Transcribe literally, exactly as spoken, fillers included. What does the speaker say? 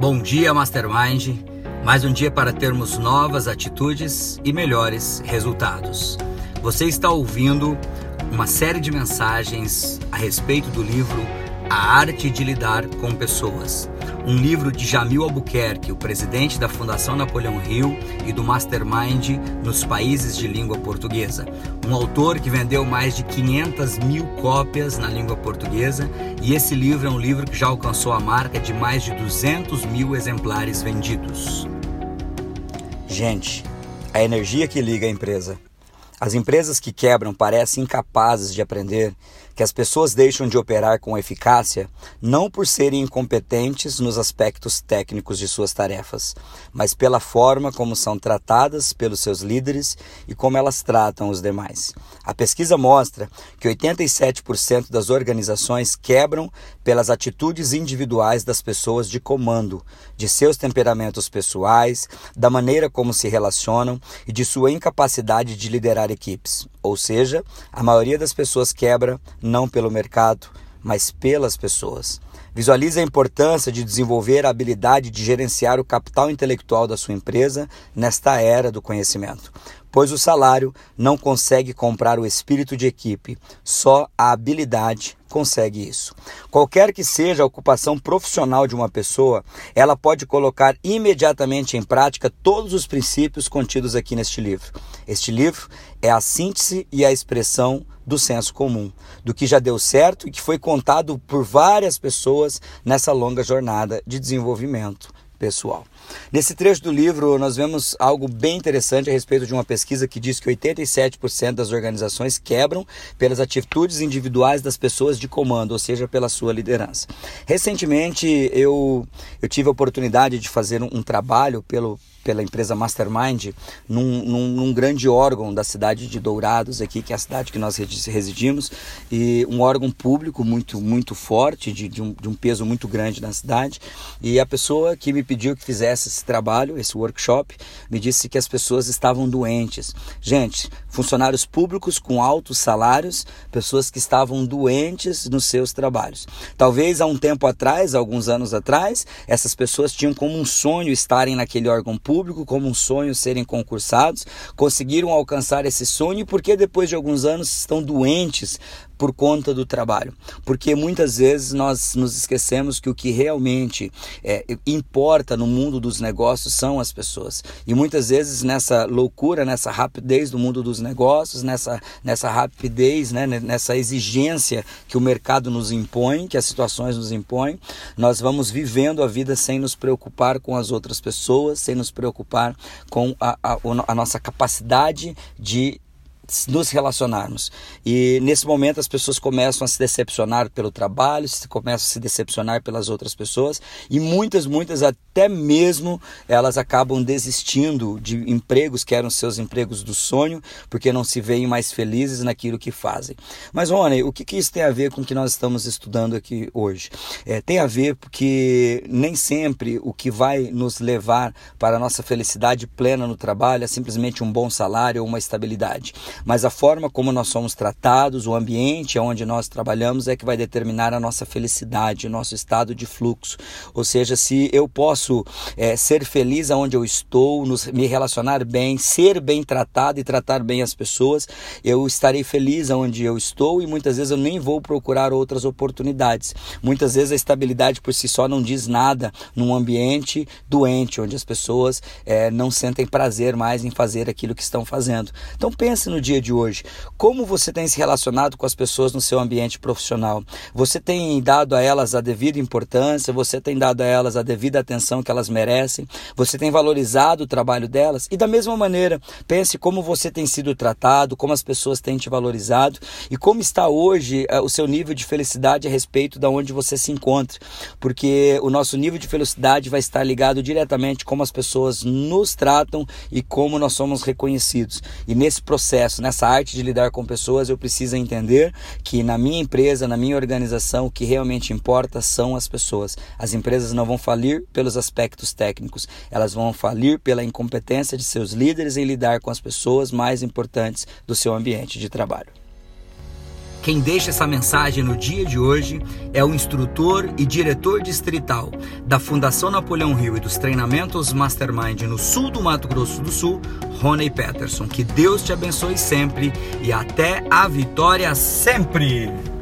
Bom dia, Mastermind. Mais um dia para termos novas atitudes e melhores resultados. Você está ouvindo uma série de mensagens a respeito do livro A Arte de Lidar com Pessoas. Um livro de Jamil Albuquerque, o presidente da Fundação Napoleão Hill e do Mastermind nos países de língua portuguesa. Um autor que vendeu mais de quinhentas mil cópias na língua portuguesa, e esse livro é um livro que já alcançou a marca de mais de duzentos mil exemplares vendidos. Gente, a energia que liga a empresa. As empresas que quebram parecem incapazes de aprender que as pessoas deixam de operar com eficácia não por serem incompetentes nos aspectos técnicos de suas tarefas, mas pela forma como são tratadas pelos seus líderes e como elas tratam os demais. A pesquisa mostra que oitenta e sete por cento das organizações quebram pelas atitudes individuais das pessoas de comando, de seus temperamentos pessoais, da maneira como se relacionam e de sua incapacidade de liderar equipes. Ou seja, a maioria das pessoas quebra não pelo mercado, mas pelas pessoas. Visualize a importância de desenvolver a habilidade de gerenciar o capital intelectual da sua empresa nesta era do conhecimento, pois o salário não consegue comprar o espírito de equipe, só a habilidade consegue isso. Qualquer que seja a ocupação profissional de uma pessoa, ela pode colocar imediatamente em prática todos os princípios contidos aqui neste livro. Este livro é a síntese e a expressão do senso comum, do que já deu certo e que foi contado por várias pessoas nessa longa jornada de desenvolvimento pessoal. Nesse trecho do livro, nós vemos algo bem interessante a respeito de uma pesquisa que diz que oitenta e sete por cento das organizações quebram pelas atitudes individuais das pessoas de comando, ou seja, pela sua liderança. Recentemente, eu, eu tive a oportunidade de fazer um, um trabalho pelo pela empresa Mastermind, num, num, num grande órgão da cidade de Dourados, aqui, que é a cidade que nós residimos, e um órgão público muito, muito forte, de, de, um, de um peso muito grande na cidade, e a pessoa que me pediu que fizesse esse trabalho, esse workshop, me disse que as pessoas estavam doentes. Gente, funcionários públicos com altos salários, pessoas que estavam doentes nos seus trabalhos. Talvez há um tempo atrás, alguns anos atrás, essas pessoas tinham como um sonho estarem naquele órgão público, público, como um sonho serem concursados, conseguiram alcançar esse sonho porque depois de alguns anos estão doentes por conta do trabalho. Porque muitas vezes nós nos esquecemos que o que realmente é, importa no mundo dos negócios são as pessoas. E muitas vezes nessa loucura, nessa rapidez do mundo dos negócios, nessa, nessa rapidez, né, nessa exigência que o mercado nos impõe, que as situações nos impõem, nós vamos vivendo a vida sem nos preocupar com as outras pessoas, sem nos preocupar com a, a, a nossa capacidade de nos relacionarmos. E nesse momento as pessoas começam a se decepcionar pelo trabalho, se começam a se decepcionar pelas outras pessoas, e muitas, muitas até mesmo elas acabam desistindo de empregos que eram seus empregos do sonho, porque não se veem mais felizes naquilo que fazem. Mas, Rony, o que, que isso tem a ver com o que nós estamos estudando aqui hoje? É, tem a ver porque nem sempre o que vai nos levar para a nossa felicidade plena no trabalho é simplesmente um bom salário ou uma estabilidade. Mas a forma como nós somos tratados, o ambiente onde nós trabalhamos é que vai determinar a nossa felicidade, o nosso estado de fluxo. Ou seja, se eu posso é, ser feliz aonde eu estou, nos, me relacionar bem, ser bem tratado e tratar bem as pessoas, eu estarei feliz aonde eu estou e muitas vezes eu nem vou procurar outras oportunidades. Muitas vezes a estabilidade por si só não diz nada num ambiente doente, onde as pessoas é, não sentem prazer mais em fazer aquilo que estão fazendo. Então pense no dia de hoje, como você tem se relacionado com as pessoas no seu ambiente profissional? Você tem dado a elas a devida importância? Você tem dado a elas a devida atenção que elas merecem? Você tem valorizado o trabalho delas? E da mesma maneira, pense como você tem sido tratado, como as pessoas têm te valorizado e como está hoje uh, o seu nível de felicidade a respeito de onde você se encontra, porque o nosso nível de felicidade vai estar ligado diretamente como as pessoas nos tratam e como nós somos reconhecidos. E nesse processo, nessa arte de lidar com pessoas, eu preciso entender que na minha empresa, na minha organização, o que realmente importa são as pessoas. As empresas não vão falir pelos aspectos técnicos, elas vão falir pela incompetência de seus líderes em lidar com as pessoas mais importantes do seu ambiente de trabalho. Quem deixa essa mensagem no dia de hoje é o instrutor e diretor distrital da Fundação Napoleão Hill e dos treinamentos Mastermind no sul do Mato Grosso do Sul, Rony Peterson. Que Deus te abençoe sempre e até a vitória sempre!